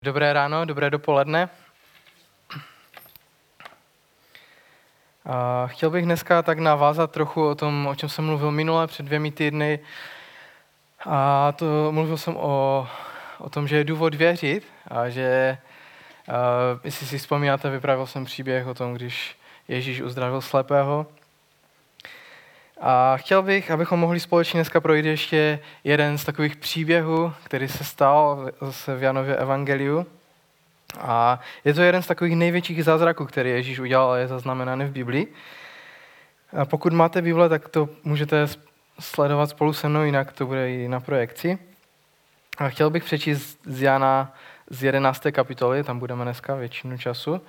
Dobré ráno, dobré dopoledne. Chtěl bych dneska tak navázat trochu o tom, o čem jsem mluvil minule před 2 týdny. Mluvil jsem o tom, že je důvod věřit a že, jestli si vzpomínáte, vyprávěl jsem příběh o tom, když Ježíš uzdravil slepého. A chtěl bych, abychom mohli společně dneska projít ještě jeden z takových příběhů, který se stal zase v Janově evangeliu. A je to jeden z takových největších zázraků, který Ježíš udělal a je zaznamenaný v Biblii. A pokud máte Bible, tak to můžete sledovat spolu se mnou, jinak to bude i na projekci. A chtěl bych přečíst z Jana z 11. kapitoly, tam budeme dneska většinu času.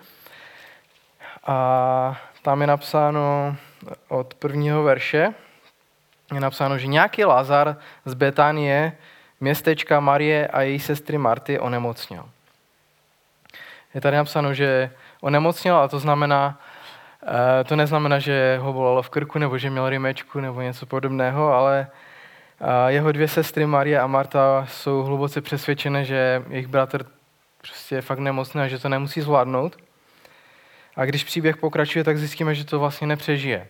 A tam je napsáno od 1. verše, je napsáno, že nějaký Lazar z Betánie, městečka Marie a její sestry Marty, onemocněl. Je tady napsáno, že onemocněl, a to neznamená, že ho bolelo v krku, nebo že měl rýmečku, nebo něco podobného, ale jeho 2 sestry Marie a Marta jsou hluboce přesvědčené, že jejich bratr prostě je fakt nemocný a že to nemusí zvládnout. A když příběh pokračuje, tak zjistíme, že to vlastně nepřežije.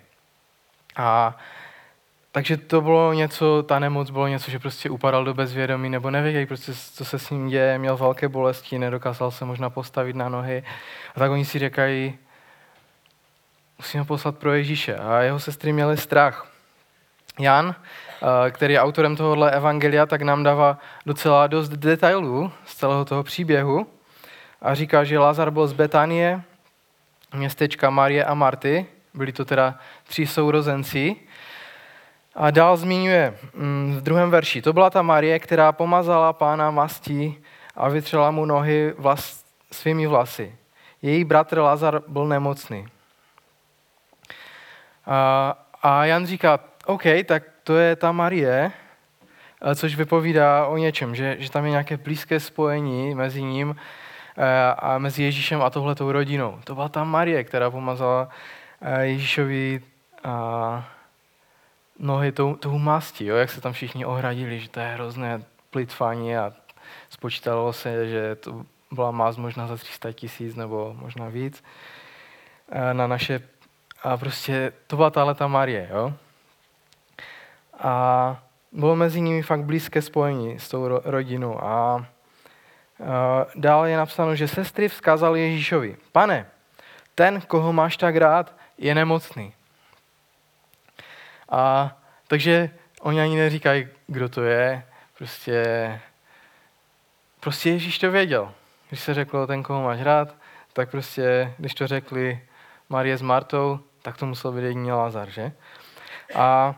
Takže to bylo něco, ta nemoc bylo něco, že prostě upadal do bezvědomí, nebo nevěděli prostě, co se s ním děje, měl velké bolesti, nedokázal se možná postavit na nohy. A tak oni si říkají, musíme poslat pro Ježíše. A jeho sestry měly strach. Jan, který je autorem tohohle evangelia, tak nám dává docela dost detailů z celého toho příběhu a říká, že Lazar byl z Betánie, městečka Marie a Marty, byli to teda 3 sourozenci. A dál zmiňuje v 2. verši. To byla ta Marie, která pomazala Pána mastí a vytřela mu nohy svými vlasy. Její bratr Lazar byl nemocný. A Jan říká, OK, tak to je ta Marie, což vypovídá o něčem, že tam je nějaké blízké spojení mezi ním a mezi Ježíšem a tohletou rodinou. To byla ta Marie, která pomazala Ježíšovi nohy tou mastí, jak se tam všichni ohradili, že to je hrozné plýtvání a spočítalo se, že to byla mast možná za 300 000 nebo možná víc na naše. A prostě to byla tahleta Marie, jo. A bylo mezi nimi fakt blízké spojení s tou rodinou. A dále je napsáno, že sestry vzkazaly Ježíšovi, Pane, ten, koho máš tak rád, je nemocný. Takže oni ani neříkají, kdo to je, prostě Ježíš to věděl. Když se řeklo ten, koho máš rád, tak prostě, když to řekli Marie s Martou, tak to musel být jediný Lazar, že? A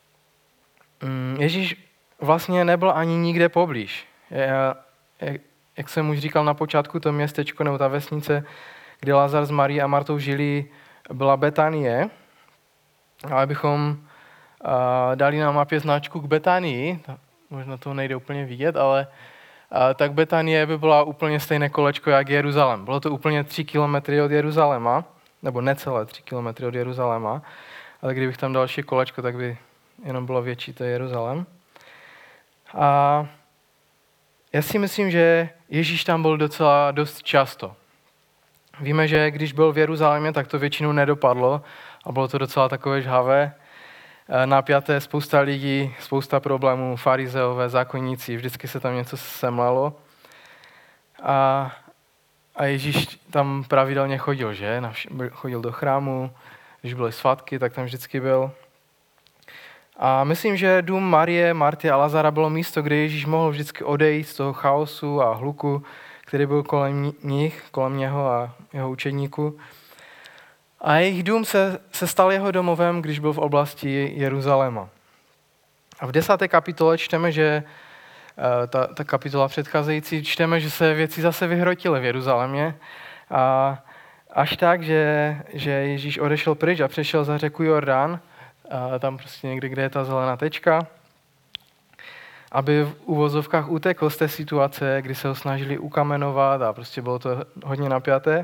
Ježíš vlastně nebyl ani nikde poblíž. Jak jsem už říkal na počátku, to městečko nebo ta vesnice, kde Lazar s Marií a Martou žili, byla Betánie. Ale bychom dali na mapě značku k Betánii, možná to nejde úplně vidět, ale tak Betánie by byla úplně stejné kolečko jak Jeruzalém. Bylo to úplně 3 kilometry od Jeruzaléma, nebo necelé 3 kilometry od Jeruzaléma, ale kdybych tam dal ještě kolečko, tak by jenom bylo větší to Jeruzalém. A já si myslím, že Ježíš tam byl docela dost často. Víme, že když byl v Jeruzalémě, tak to většinou nedopadlo a bylo to docela takové žhavé, napjaté, spousta lidí, spousta problémů, farizeové, zákonníci, vždycky se tam něco semlelo. A Ježíš tam pravidelně chodil, že? Chodil do chrámu, když byly svatky, tak tam vždycky byl. A myslím, že dům Marie, Marty a Lazara bylo místo, kde Ježíš mohl vždycky odejít z toho chaosu a hluku, který byl kolem nich, kolem něho a jeho učedníků. A jejich dům se stal jeho domovem, když byl v oblasti Jeruzaléma. A v 10. kapitole čteme, že ta kapitola předcházející, čteme, že se věci zase vyhrotily v Jeruzalémě. A až tak, že Ježíš odešel pryč a přešel za řeku Jordán, tam prostě někde, kde je ta zelená tečka, aby v uvozovkách utekl z té situace, kdy se ho snažili ukamenovat a prostě bylo to hodně napjaté.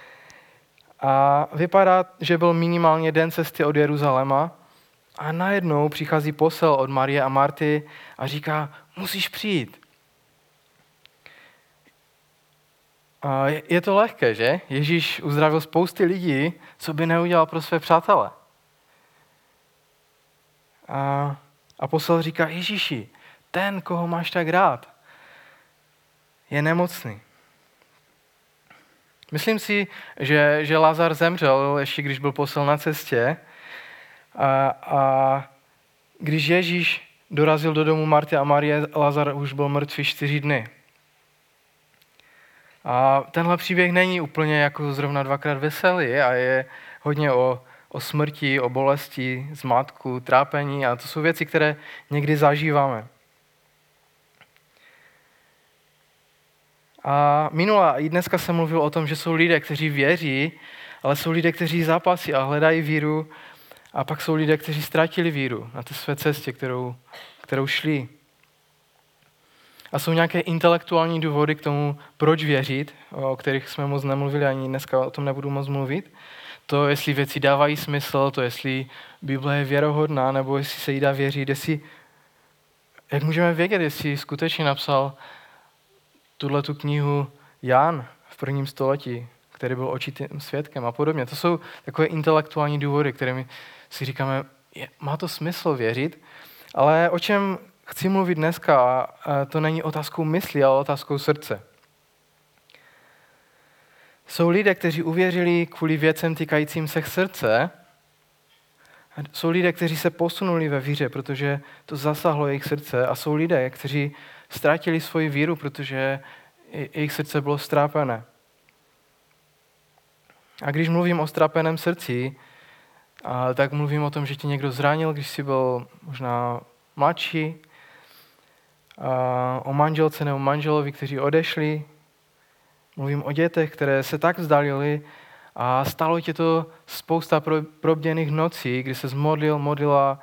A vypadá, že byl minimálně den cesty od Jeruzaléma a najednou přichází posel od Marie a Marty a říká, musíš přijít. A je to lehké, že? Ježíš uzdravil spousty lidí, co by neudělal pro své přátele. A apoštol říká, Ježíši, ten, koho máš tak rád, je nemocný. Myslím si, že Lazar zemřel, ještě když byl poslal na cestě. A když Ježíš dorazil do domu Marty a Marie, Lazar už byl mrtvý 4 dny. A tenhle příběh není úplně jako zrovna dvakrát veselý a je hodně o smrti, o bolesti, zmatku, trápení a to jsou věci, které někdy zažíváme. A minula i dneska jsem mluvil o tom, že jsou lidé, kteří věří, ale jsou lidé, kteří zápasí a hledají víru a pak jsou lidé, kteří ztratili víru na té své cestě, kterou šli. A jsou nějaké intelektuální důvody k tomu, proč věřit, o kterých jsme moc nemluvili, ani dneska o tom nebudu moc mluvit. To, jestli věci dávají smysl, to, jestli Bible je věrohodná, nebo jestli se jí dá věřit, jak můžeme vědět, jestli skutečně napsal tuhletu knihu Jan v 1. století, který byl očitým svědkem a podobně. To jsou takové intelektuální důvody, kterými si říkáme, má to smysl věřit, ale o čem chci mluvit dneska, to není otázkou mysli, ale otázkou srdce. Jsou lidé, kteří uvěřili kvůli věcem týkajícím se srdce. Jsou lidé, kteří se posunuli ve víře, protože to zasáhlo jejich srdce. A jsou lidé, kteří ztratili svoji víru, protože jejich srdce bylo ztrápené. A když mluvím o ztrápeném srdci, tak mluvím o tom, že tě někdo zranil, když jsi byl možná mladší, o manželce nebo manželovi, kteří odešli. Mluvím o dětech, které se tak vzdalili a stalo tě to spousta probděných nocí, kdy se modlila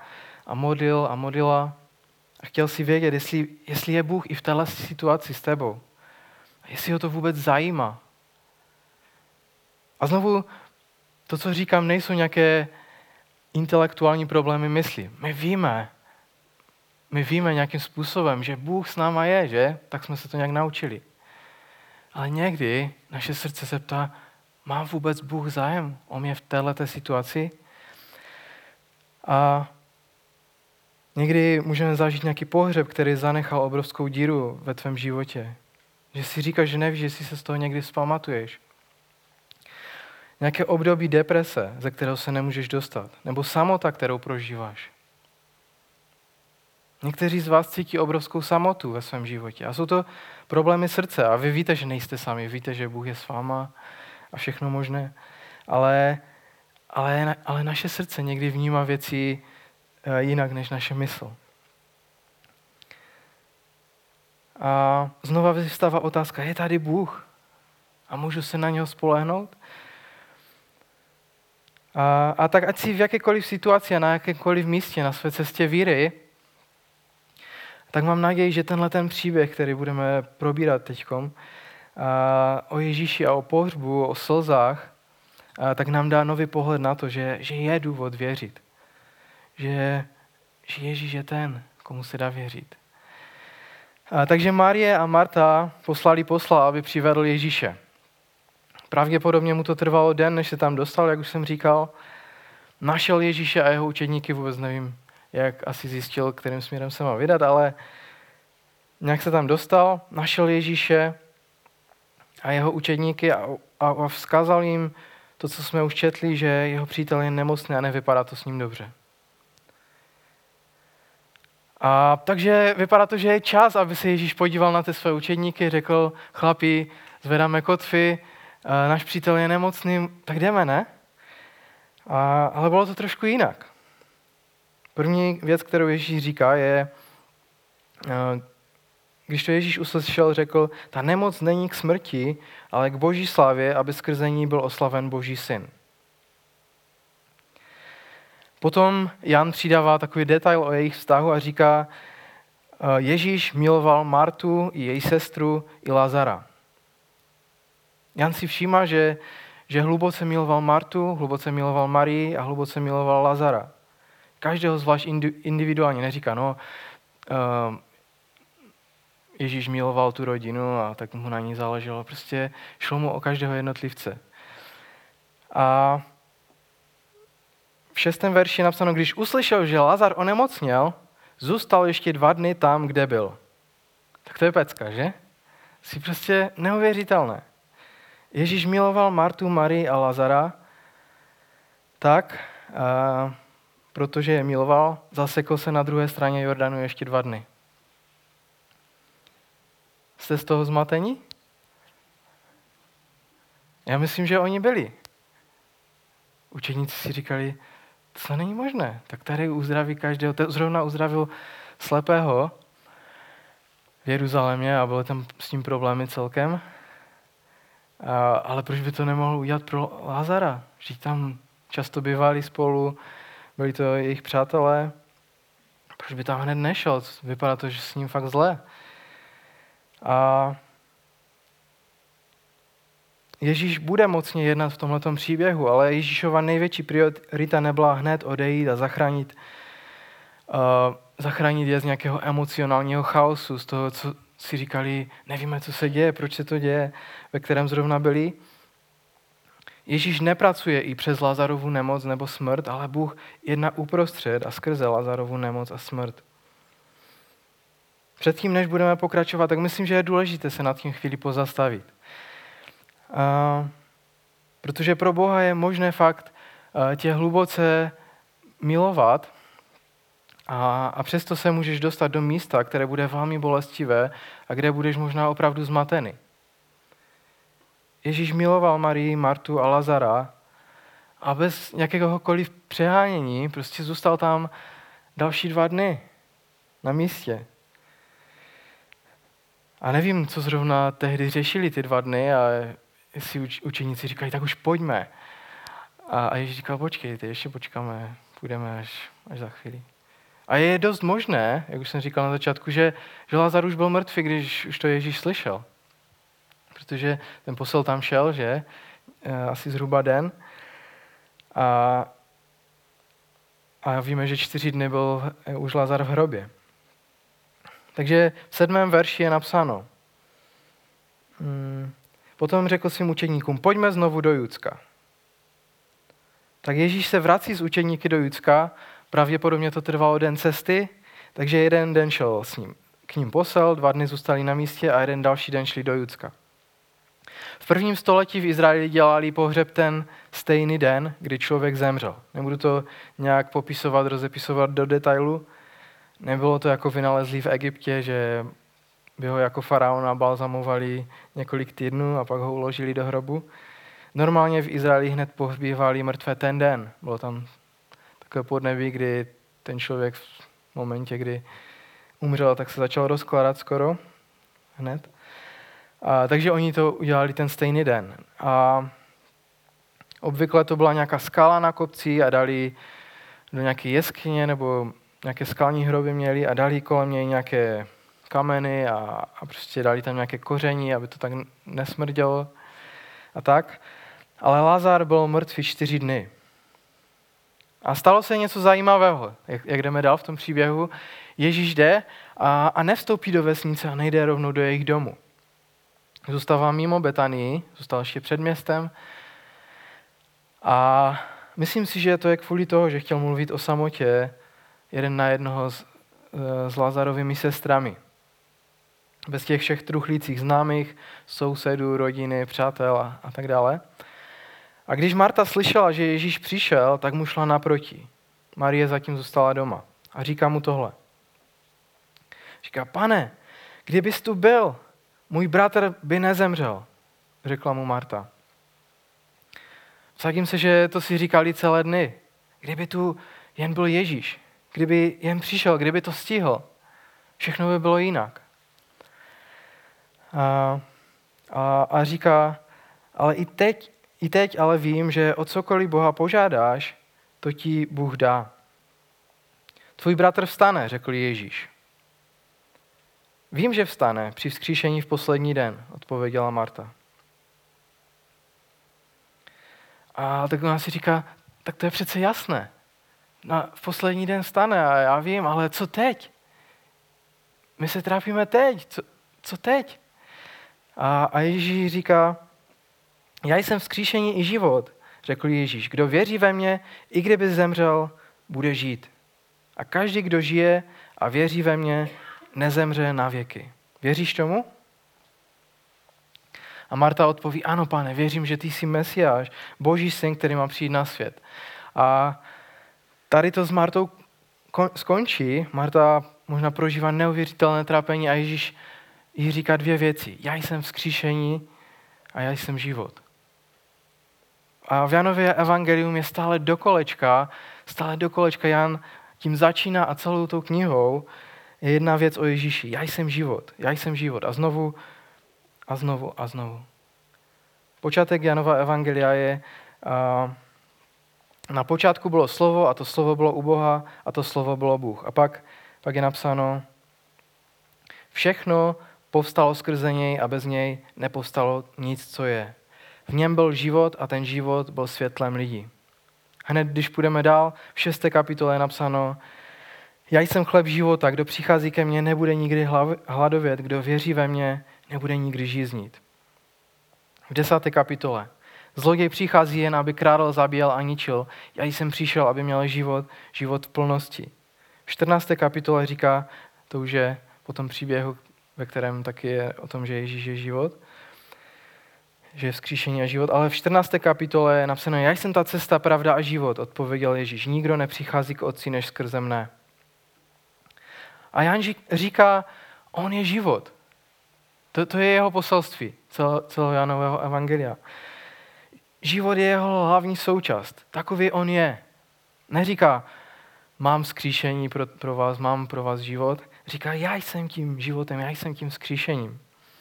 a chtěl si vědět, jestli je Bůh i v této situaci s tebou. A jestli ho to vůbec zajímá. A znovu, to, co říkám, nejsou nějaké intelektuální problémy mysli. My víme nějakým způsobem, že Bůh s náma je, že? Tak jsme se to nějak naučili. Ale někdy naše srdce se ptá, má vůbec Bůh zájem o mě v této situaci? A někdy můžeme zažít nějaký pohřeb, který zanechal obrovskou díru ve tvém životě. Že si říkáš, že nevíš, jestli se z toho někdy vzpamatuješ. Nějaké období deprese, ze kterého se nemůžeš dostat. Nebo samota, kterou prožíváš. Někteří z vás cítí obrovskou samotu ve svém životě. A jsou to problémy srdce. A vy víte, že nejste sami. Víte, že Bůh je s váma a všechno možné. Ale naše srdce někdy vnímá věci jinak než naše mysl. A znova vystává otázka, je tady Bůh? A můžu se na něho spolehnout? A tak ať si v jakékoliv situaci a na jakékoliv místě na své cestě víry, tak mám naději, že tenhle ten příběh, který budeme probírat teďkom, o Ježíši a o pohřbu, o slzách, tak nám dá nový pohled na to, že je důvod věřit. Že Ježíš je ten, komu se dá věřit. Takže Marie a Marta poslali posla, aby přivedl Ježíše. Pravděpodobně mu to trvalo den, než se tam dostal, jak už jsem říkal. Našel Ježíše a jeho učedníky, vůbec nevím, jak asi zjistil, kterým směrem se má vydat, ale nějak se tam dostal, našel Ježíše a jeho učedníky a vzkázal jim to, co jsme už četli, že jeho přítel je nemocný a nevypadá to s ním dobře. A takže vypadá to, že je čas, aby se Ježíš podíval na ty své učedníky, řekl, chlapi, zvedáme kotvy, náš přítel je nemocný, tak jdeme, ne? Ale bylo to trošku jinak. První věc, kterou Ježíš říká, je, když to Ježíš uslyšel, řekl, ta nemoc není k smrti, ale k Boží slávě, aby skrze ní byl oslaven Boží syn. Potom Jan přidává takový detail o jejich vztahu a říká, Ježíš miloval Martu i její sestru i Lazara. Jan si všímá, že hluboce miloval Martu, hluboce miloval Marii a hluboce miloval Lazara. Každého zvlášť individuálně neříká, Ježíš miloval tu rodinu a tak mu na ní záleželo. Prostě šlo mu o každého jednotlivce. A v 6. verši je napsáno, když uslyšel, že Lazar onemocněl, zůstal ještě 2 dny tam, kde byl. Tak to je pecka, že? Jsi prostě neuvěřitelné. Ježíš miloval Martu, Marii a Lazara tak, protože je miloval, zasekl se na druhé straně Jordanu ještě 2 dny. Jste z toho zmatení? Já myslím, že oni byli. Učeníci si říkali, to není možné, tak tady uzdraví každého. Zrovna uzdravil slepého v Jeruzalémě a byly tam s tím problémy celkem. Ale proč by to nemohl udělat pro Lazara? Vždyť tam často bývali spolu, byli to jejich přátelé. Proč by tam hned nešel? Vypadá to, že s ním fakt zle. A Ježíš bude mocně jednat v tomhletom příběhu, ale Ježíšova největší priorita nebyla hned odejít a zachránit je z nějakého emocionálního chaosu, z toho, co si říkali, nevíme, co se děje, proč se to děje, ve kterém zrovna byli. Ježíš nepracuje i přes Lazarovu nemoc nebo smrt, ale Bůh jedná uprostřed a skrze Lazarovu nemoc a smrt. Předtím, než budeme pokračovat, tak myslím, že je důležité se nad tím chvíli pozastavit. Protože pro Boha je možné fakt tě hluboce milovat a přesto se můžeš dostat do místa, které bude velmi bolestivé a kde budeš možná opravdu zmatený. Ježíš miloval Marii, Martu a Lazara a bez jakéhokoliv přehánění prostě zůstal tam další 2 dny na místě. A nevím, co zrovna tehdy řešili ty 2 dny a si učeníci říkali, tak už pojďme. A Ježíš říkal, počkejte, ještě počkáme, půjdeme až za chvíli. A je dost možné, jak už jsem říkal na začátku, že Lazar už byl mrtvý, když už to Ježíš slyšel. Protože ten posel tam šel, že? Asi zhruba den. A víme, že 4 dny byl už Lazar v hrobě. Takže v 7. verši je napsáno. Potom řekl svým učeníkům, pojďme znovu do Judska. Tak Ježíš se vrací z učeníky do Judska, pravděpodobně to trvalo den cesty, takže 1 den šel k ním posel, 2 dny zůstali na místě a 1 další den šli do Judska. V 1. století v Izraeli dělali pohřeb ten stejný den, kdy člověk zemřel. Nebudu to nějak popisovat, rozepisovat do detailu. Nebylo to jako vynalezlí v Egyptě, že by ho jako faraona balzamovali několik týdnů a pak ho uložili do hrobu. Normálně v Izraeli hned pohřbívali mrtvé ten den. Bylo tam takové podnebí, kdy ten člověk v momentě, kdy umřel, tak se začal rozkládat skoro hned. Takže oni to udělali ten stejný den. A obvykle to byla nějaká skala na kopci a dali do nějaké jeskyně nebo nějaké skalní hroby měli a dali kolem něj nějaké kameny a prostě dali tam nějaké koření, aby to tak nesmrdělo a tak. Ale Lazar byl mrtvý 4 dny. A stalo se něco zajímavého, jak jdeme dál v tom příběhu. Ježíš jde a nevstoupí do vesnice a nejde rovnou do jejich domu. Zůstává mimo Betanii, zůstal ještě před městem a myslím si, že to je kvůli toho, že chtěl mluvit o samotě 1 na 1 s Lazarovými sestrami. Bez těch všech truchlících známých, sousedů, rodiny, přátel a tak dále. A když Marta slyšela, že Ježíš přišel, tak mu šla naproti. Marie zatím zůstala doma a říká mu tohle. Říká, Pane, kdybys tu byl, můj bratr by nezemřel, řekla mu Marta. Vsadím se, že to si říkali celé dny. Kdyby tu jen byl Ježíš, kdyby jen přišel, kdyby to stihl, všechno by bylo jinak. A říká, ale i teď ale vím, že o cokoliv Boha požádáš, to ti Bůh dá. Tvůj bratr vstane, řekl Ježíš. Vím, že vstane při vzkříšení v poslední den, odpověděla Marta. A tak ona si říká, tak to je přece jasné. V poslední den vstane a já vím, ale co teď? My se trápíme teď. co teď? A Ježíš říká, já jsem vzkříšení i život, řekl Ježíš. Kdo věří ve mě, i kdyby zemřel, bude žít. A každý, kdo žije a věří ve mě, nezemře na věky. Věříš tomu? A Marta odpoví, ano, Pane, věřím, že ty jsi Mesiáš, Boží syn, který má přijít na svět. A tady to s Martou skončí. Marta možná prožívá neuvěřitelné trápení a Ježíš jí říká dvě věci. Já jsem vzkříšení a já jsem život. A v Janově evangelium je stále do kolečka Jan tím začíná a celou tou knihou je jedna věc o Ježíši. Já jsem život. A znovu a znovu a znovu. Počátek Janova evangelia je, na počátku bylo slovo a to slovo bylo u Boha a to slovo bylo Bůh. A pak je napsáno, všechno povstalo skrze něj a bez něj nepovstalo nic, co je. V něm byl život a ten život byl světlem lidí. Hned když půjdeme dál, v 6. kapitole je napsáno, já jsem chléb života, kdo přichází ke mně, nebude nikdy hladovět, kdo věří ve mě, nebude nikdy žíznit. V 10. kapitole, zloděj přichází jen, aby krádl, zabíjel a ničil. Já jsem přišel, aby měl život v plnosti. V 14. kapitole říká, to už je po tom příběhu, ve kterém taky je o tom, že Ježíš je život, že je vzkříšení a život, ale v 14. kapitole je napsáno, já jsem ta cesta, pravda a život, odpověděl Ježíš. Nikdo nepřichází k Otci než skrze mne. A Jan říká, on je život. To je jeho poselství, celého Janového evangelia. Život je jeho hlavní součást. Takový on je. Neříká, mám vzkříšení pro vás, mám pro vás život. Říká, já jsem tím životem, já jsem tím vzkříšením.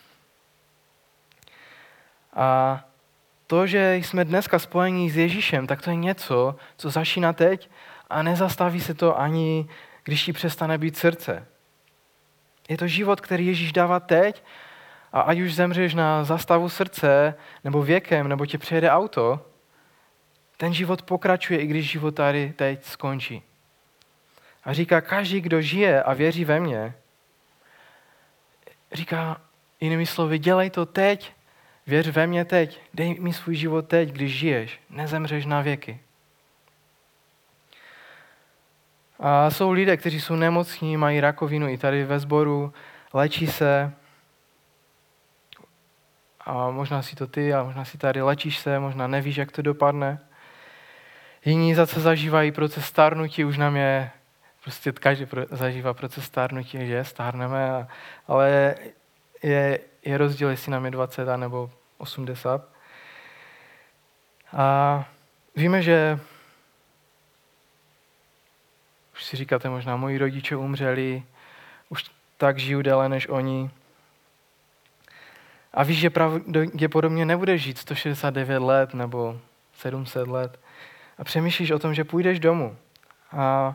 A to, že jsme dneska spojení s Ježíšem, tak to je něco, co začíná teď a nezastaví se to ani, když ti přestane být srdce. Je to život, který Ježíš dává teď a ať už zemřeš na zastavu srdce, nebo věkem, nebo tě přejede auto, ten život pokračuje, i když život tady teď skončí. A říká, každý, kdo žije a věří ve mě, říká jinými slovy, dělej to teď, věř ve mě teď, dej mi svůj život teď, když žiješ, nezemřeš na věky. A jsou lidé, kteří jsou nemocní, mají rakovinu i tady ve sboru, léčí se, a možná si to ty, a možná si tady léčíš se, možná nevíš, jak to dopadne. Jiní zase zažívají proces stárnutí, už nám je, prostě každý zažívá proces stárnutí, že stárneme, ale je rozdíl, jestli nám je 20 nebo 80. A víme, že už si říkáte možná, moji rodiče umřeli, už tak žiju déle než oni. A víš, že pravděpodobně nebudeš žít 169 let nebo 700 let. A přemýšlíš o tom, že půjdeš domů. A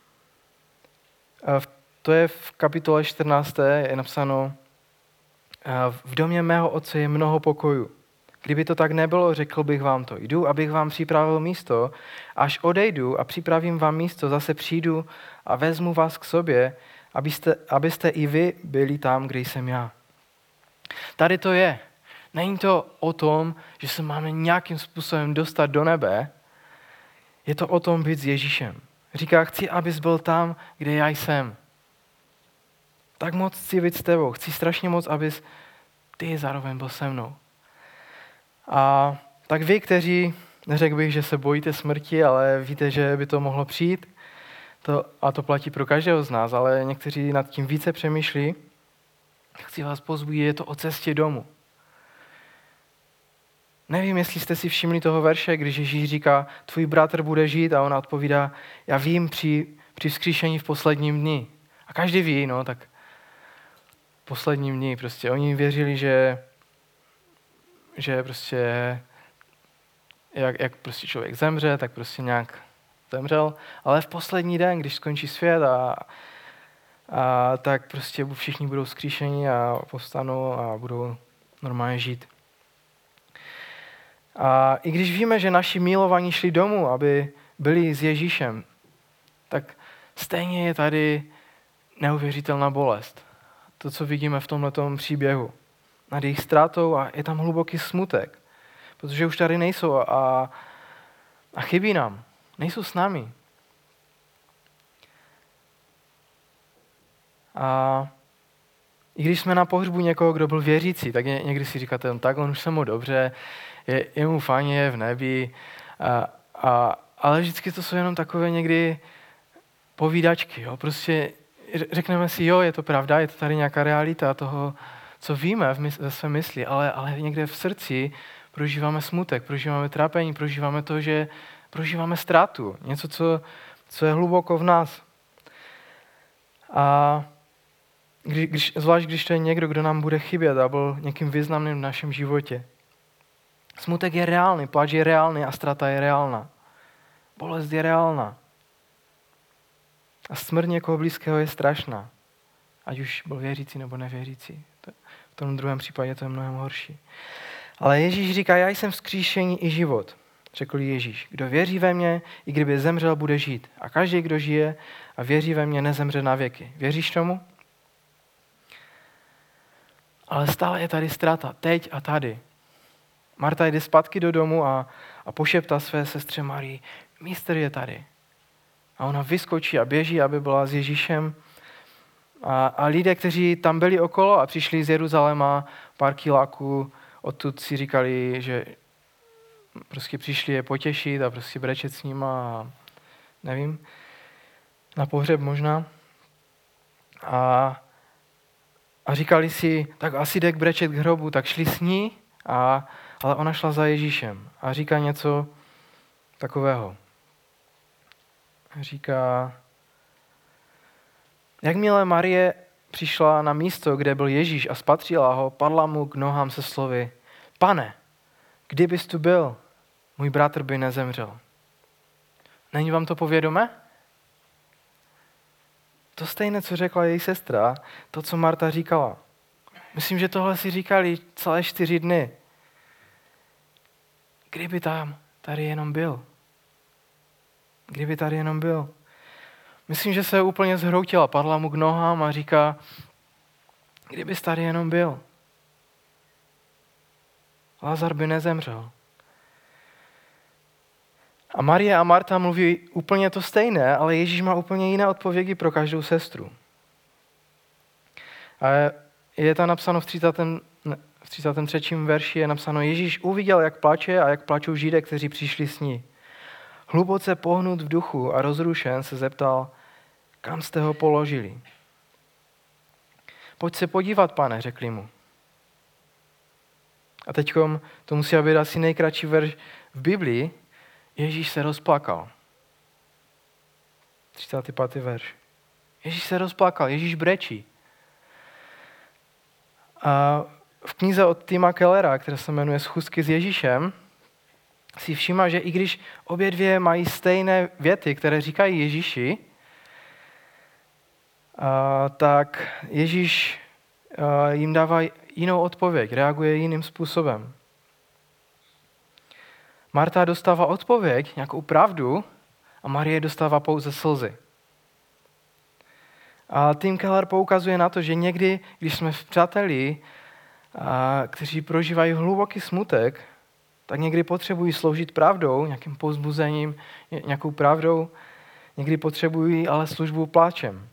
to je v kapitole 14. je napsáno, v domě mého otce je mnoho pokojů. Kdyby to tak nebylo, řekl bych vám to. Jdu, abych vám připravil místo. Až odejdu a připravím vám místo, zase přijdu a vezmu vás k sobě, abyste i vy byli tam, kde jsem já. Tady to je. Není to o tom, že se máme nějakým způsobem dostat do nebe. Je to o tom být s Ježíšem. Říká, chci, abys byl tam, kde já jsem. Tak moc chci být s tebou. Chci strašně moc, abys ty zároveň byl se mnou. A tak vy, kteří, neřekl bych, že se bojíte smrti, ale víte, že by to mohlo přijít, a to platí pro každého z nás, ale někteří nad tím více přemýšlí, chci vás pozbudit, je to o cestě domů. Nevím, jestli jste si všimli toho verše, když Ježíš říká, tvůj bratr bude žít a ona odpovídá, já vím při vzkříšení v posledním dni. A každý ví, no tak posledním dni prostě. Oni věřili, že prostě jak prostě člověk zemře, tak prostě nějak zemřel. Ale v poslední den, když skončí svět tak prostě všichni budou vzkříšeni a povstanou a budou normálně žít. A i když víme, že naši milovaní šli domů, aby byli s Ježíšem, tak stejně je tady neuvěřitelná bolest. to, co vidíme v tomhletom příběhu. Nad jejich ztrátou a je tam hluboký smutek, protože už tady nejsou a chybí nám. Nejsou s námi. A i když jsme na pohřbu někoho, kdo byl věřící, tak někdy si říkáte, tak on už se mu dobře, je mu fajn, je v nebi. Ale vždycky to jsou jenom takové někdy povídačky. Jo? Prostě řekneme si, jo, je to pravda, je to tady nějaká realita toho, co víme ve své mysli, ale někde v srdci prožíváme smutek, prožíváme trápení, prožíváme to, že prožíváme ztrátu. Něco, co je hluboko v nás. A zvlášť když to je někdo, kdo nám bude chybět a byl někým významným v našem životě. Smutek je reálný, pláč je reálný a ztráta je reálná. Bolest je reálná. A smrt někoho blízkého je strašná. Ať už byl věřící nebo nevěřící. V tom druhém případě to je mnohem horší. Ale Ježíš říká, já jsem vzkříšení i život. Řekl Ježíš, kdo věří ve mě, i kdyby zemřel, bude žít. A každý, kdo žije a věří ve mě, nezemře na věky. Věříš tomu? Ale stále je tady ztráta, teď a tady. Marta jde zpátky do domu a pošeptá své sestře Marii, mistr je tady. A ona vyskočí a běží, aby byla s Ježíšem. A lidé, kteří tam byli okolo a přišli z Jeruzaléma, pár kiláků, odtud si říkali, že prostě přišli je potěšit a prostě brečet s nima a nevím, na pohřeb možná. A říkali si, tak asi jde brečet k hrobu, tak šli s ní, ale ona šla za Ježíšem a říká něco takového. Říká, jakmile Marie přišla na místo, kde byl Ježíš a spatřila ho, padla mu k nohám se slovy, Pane, kdybys tu byl, můj bratr by nezemřel. Není vám to povědomé? To stejné, co řekla její sestra, to, co Marta říkala. Myslím, že tohle si říkali celé 4 dny. Kdyby tady jenom byl. Kdyby tady jenom byl. Myslím, že se úplně zhroutila, padla mu k nohám a říká, kdybys tady jenom byl. Lazar by nezemřel. A Marie a Marta mluví úplně to stejné, ale Ježíš má úplně jiné odpovědi pro každou sestru. A je tam napsáno v 33. verši, je napsáno, Ježíš uviděl, jak plače a jak plačou Židé, kteří přišli s ní. Hluboce pohnut v duchu a rozrušen se zeptal, kam jste ho položili. Pojď se podívat, pane, řekli mu. A teďkom, to musí být asi nejkratší verš v Biblii, Ježíš se rozplakal. 35. verš. Ježíš se rozplakal, Ježíš brečí. A v knize od Tima Kellera, která se jmenuje Schůzky s Ježíšem, si všímá, že i když obě dvě mají stejné věty, které říkají Ježíši, tak Ježíš jim dává jinou odpověď, reaguje jiným způsobem. Marta dostává odpověď, nějakou pravdu, a Marie dostává pouze slzy. A Tim Keller poukazuje na to, že někdy, když jsme v přáteli, kteří prožívají hluboký smutek, tak někdy potřebují sloužit pravdou, nějakým povzbuzením, nějakou pravdou, někdy potřebují ale službu pláčem.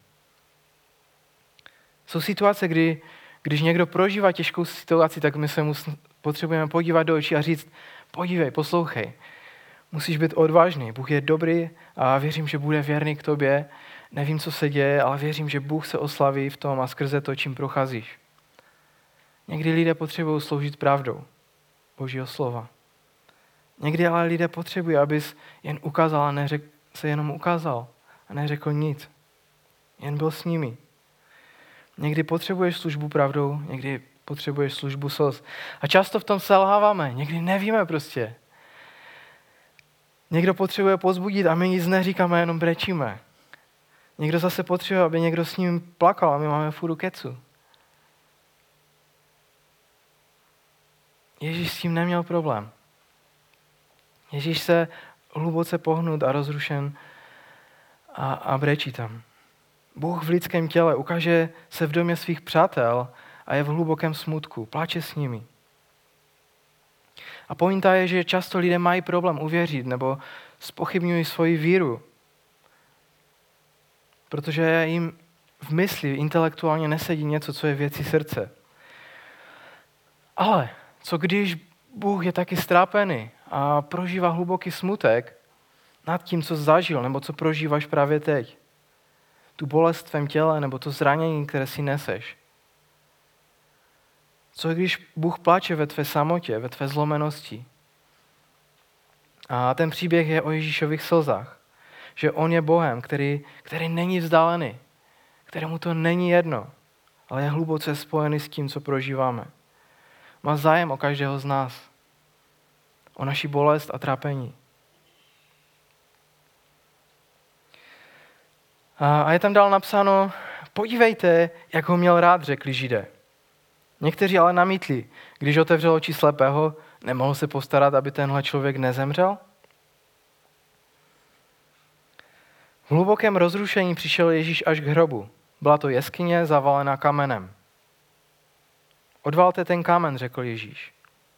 Jsou situace, když někdo prožívá těžkou situaci, tak my se potřebujeme podívat do očí a říct, podívej, poslouchej, musíš být odvážný, Bůh je dobrý a věřím, že bude věrný k tobě, nevím, co se děje, ale věřím, že Bůh se oslaví v tom a skrze to, čím procházíš. Někdy lidé potřebují sloužit pravdou Božího slova. Někdy ale lidé potřebují, abys jen ukázal a se jenom ukázal a neřekl nic. Jen byl s nimi. Někdy potřebuješ službu pravdou, někdy potřebuješ službu slz. A často v tom selháváme, někdy nevíme prostě. Někdo potřebuje pozbudit a my nic neříkáme, jenom brečíme. Někdo zase potřebuje, aby někdo s ním plakal a my máme furt kecu. Ježíš s tím neměl problém. Ježíš se hluboce pohnut a rozrušen a brečí tam. Bůh v lidském těle ukáže se v domě svých přátel a je v hlubokém smutku, pláče s nimi. A pointa je, že často lidé mají problém uvěřit nebo zpochybňují svoji víru, protože jim v mysli intelektuálně nesedí něco, co je věcí srdce. Ale co když Bůh je taky strápený a prožívá hluboký smutek nad tím, co zažil nebo co prožíváš právě teď? Tu bolest v tvém těle nebo to zranění, které si neseš? Co když Bůh pláče ve tvé samotě, ve tvé zlomenosti? A ten příběh je o Ježíšových slzách. Že on je Bohem, který není vzdálený, kterému to není jedno, ale je hluboce spojený s tím, co prožíváme. Má zájem o každého z nás, o naši bolest a trápení. A je tam dál napsáno, podívejte, jak ho měl rád, řekli Židé. Někteří ale namítli, když otevřel oči slepého, nemohl se postarat, aby tenhle člověk nezemřel? V hlubokém rozrušení přišel Ježíš až k hrobu. Byla to jeskyně zavalená kamenem. Odvalte ten kámen, řekl Ježíš.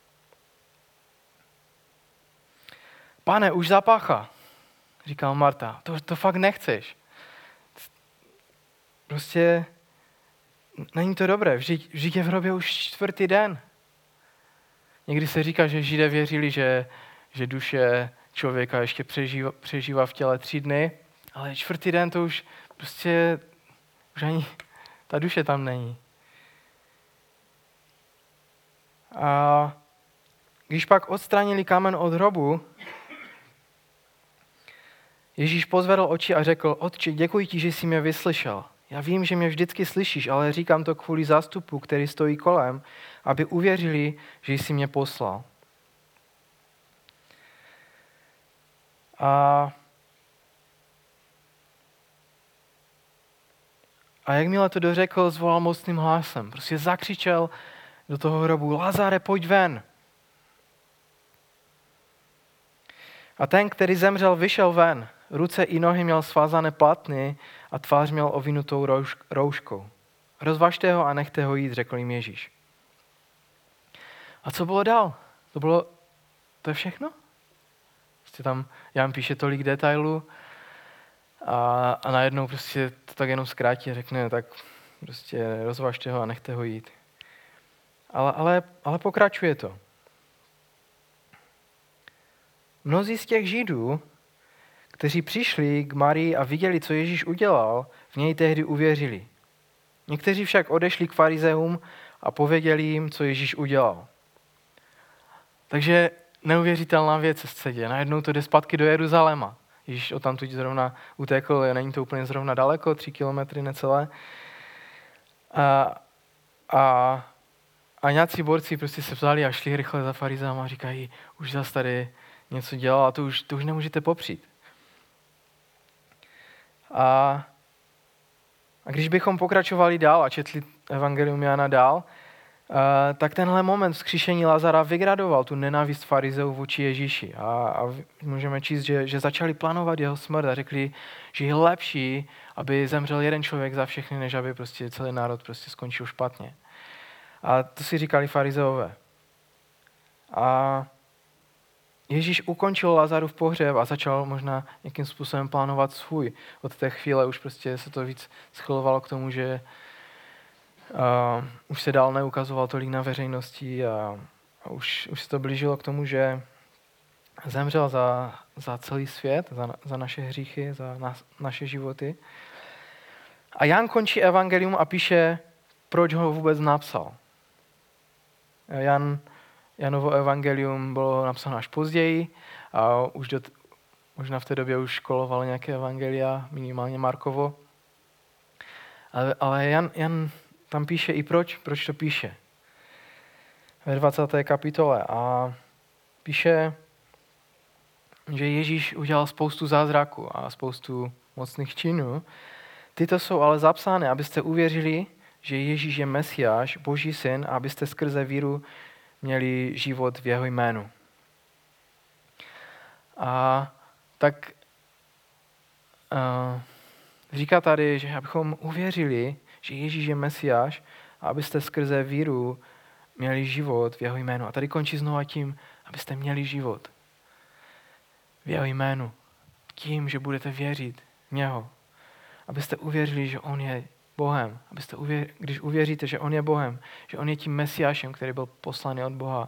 Pane, už zapácha, říkal Marta. To fakt nechceš. Prostě není to dobré. Vždyť je v hrobě už 4. den. Někdy se říká, že Židé věřili, že duše člověka ještě přežívá v těle 3 dny, ale 4. den to už prostě už ani ta duše tam není. A když pak odstranili kámen od hrobu, Ježíš pozvedl oči a řekl, Otče, děkuji ti, že jsi mě vyslyšel. Já vím, že mě vždycky slyšíš, ale říkám to kvůli zástupu, který stojí kolem, aby uvěřili, že jsi mě poslal. A jakmile to dořekl, zvolal mocným hlasem. Prostě zakřičel do toho hrobu, Lazare, pojď ven. A ten, který zemřel, vyšel ven. Ruce i nohy měl svázané platny a tvář měl ovinutou rouškou. Rozvažte ho a nechte ho jít, řekl jim Ježíš. A co bylo dál? To je všechno? Prostě tam Jan píše tolik detailů a najednou prostě to tak jenom zkrátí a řekne, tak prostě rozvažte ho a nechte ho jít. Ale pokračuje to. Mnozí z těch Židů, kteří přišli k Marii a viděli, co Ježíš udělal, v něj tehdy uvěřili. Někteří však odešli k farizeům a pověděli jim, co Ježíš udělal. Takže neuvěřitelná věc se děje. Najednou to jde zpátky do Jeruzaléma. Ježíš odtamtud zrovna utekl, není to úplně zrovna daleko, 3 kilometry necelé. A nějací borci prostě se vzali a šli rychle za farizeama a říkají, už zase tady něco dělal a to už nemůžete popřít. A když bychom pokračovali dál a četli evangelium Jana dál, tak tenhle moment vzkříšení Lazara vygradoval tu nenávist farizeů vůči Ježíši. A můžeme číst, že začali plánovat jeho smrt a řekli, že je lepší, aby zemřel jeden člověk za všechny, než aby prostě celý národ prostě skončil špatně. A to si říkali farizeové. A Ježíš ukončil Lazarův pohřeb a začal možná nějakým způsobem plánovat svůj. Od té chvíle už prostě se to víc schylovalo k tomu, že už se dál neukazoval tolik na veřejnosti a už se to blížilo k tomu, že zemřel za celý svět, za naše hříchy, za naše životy. A Jan končí evangelium a píše, proč ho vůbec napsal. Janovo evangelium bylo napsáno až později a možná v té době už školovalo nějaké evangelia, minimálně Markovo. Ale Jan tam píše i proč to píše. Ve 20. kapitole a píše, že Ježíš udělal spoustu zázraků a spoustu mocných činů. Tyto jsou ale zapsány, abyste uvěřili, že Ježíš je Mesiáš, Boží syn, a abyste skrze víru měli život v jeho jménu. A tak Říká tady, že abychom uvěřili, že Ježíš je Mesiáš a abyste skrze víru měli život v jeho jménu. A tady končí znovu tím, abyste měli život v jeho jménu. Tím, že budete věřit v něho. Abyste uvěřili, že on je Bohem. Když uvěříte, že on je Bohem, že on je tím Mesiášem, který byl poslaný od Boha.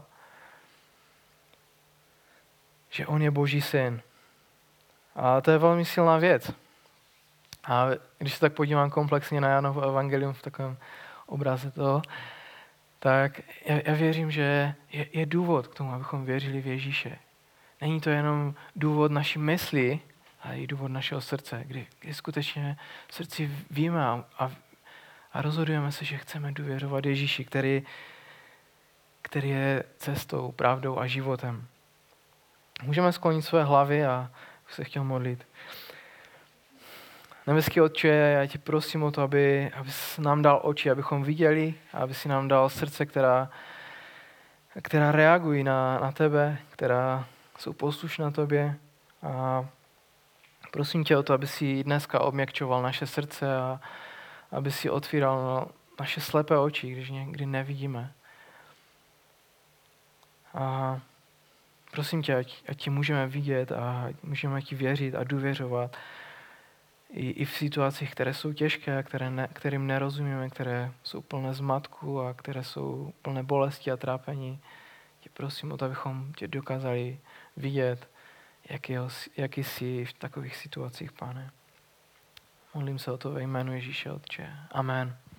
Že on je Boží syn. A to je velmi silná věc. A když se tak podívám komplexně na Janovo evangelium v takovém obraze toho, tak já věřím, že je důvod k tomu, abychom věřili v Ježíše. Není to jenom důvod naší mysli, ale i důvod našeho srdce, kdy skutečně v srdci víme a rozhodujeme se, že chceme důvěřovat Ježíši, který je cestou, pravdou a životem. Můžeme sklonit své hlavy a se chtěl modlit. Nebeský Otče, já tě prosím o to, abys nám dal oči, abychom viděli, aby si nám dal srdce, která reagují na tebe, která jsou poslušná tobě. A prosím tě o to, aby si dneska obměkčoval naše srdce a aby si otvíral naše slepé oči, když někdy nevidíme. A prosím tě, ať ti můžeme vidět a můžeme ti věřit a důvěřovat i v situacích, které jsou těžké, kterým nerozumíme, které jsou plné zmatku a které jsou plné bolesti a trápení. Tě prosím o to, abychom tě dokázali vidět, jaký jsi v takových situacích, Pane. Modlím se o to ve jménu Ježíše, Otče. Amen.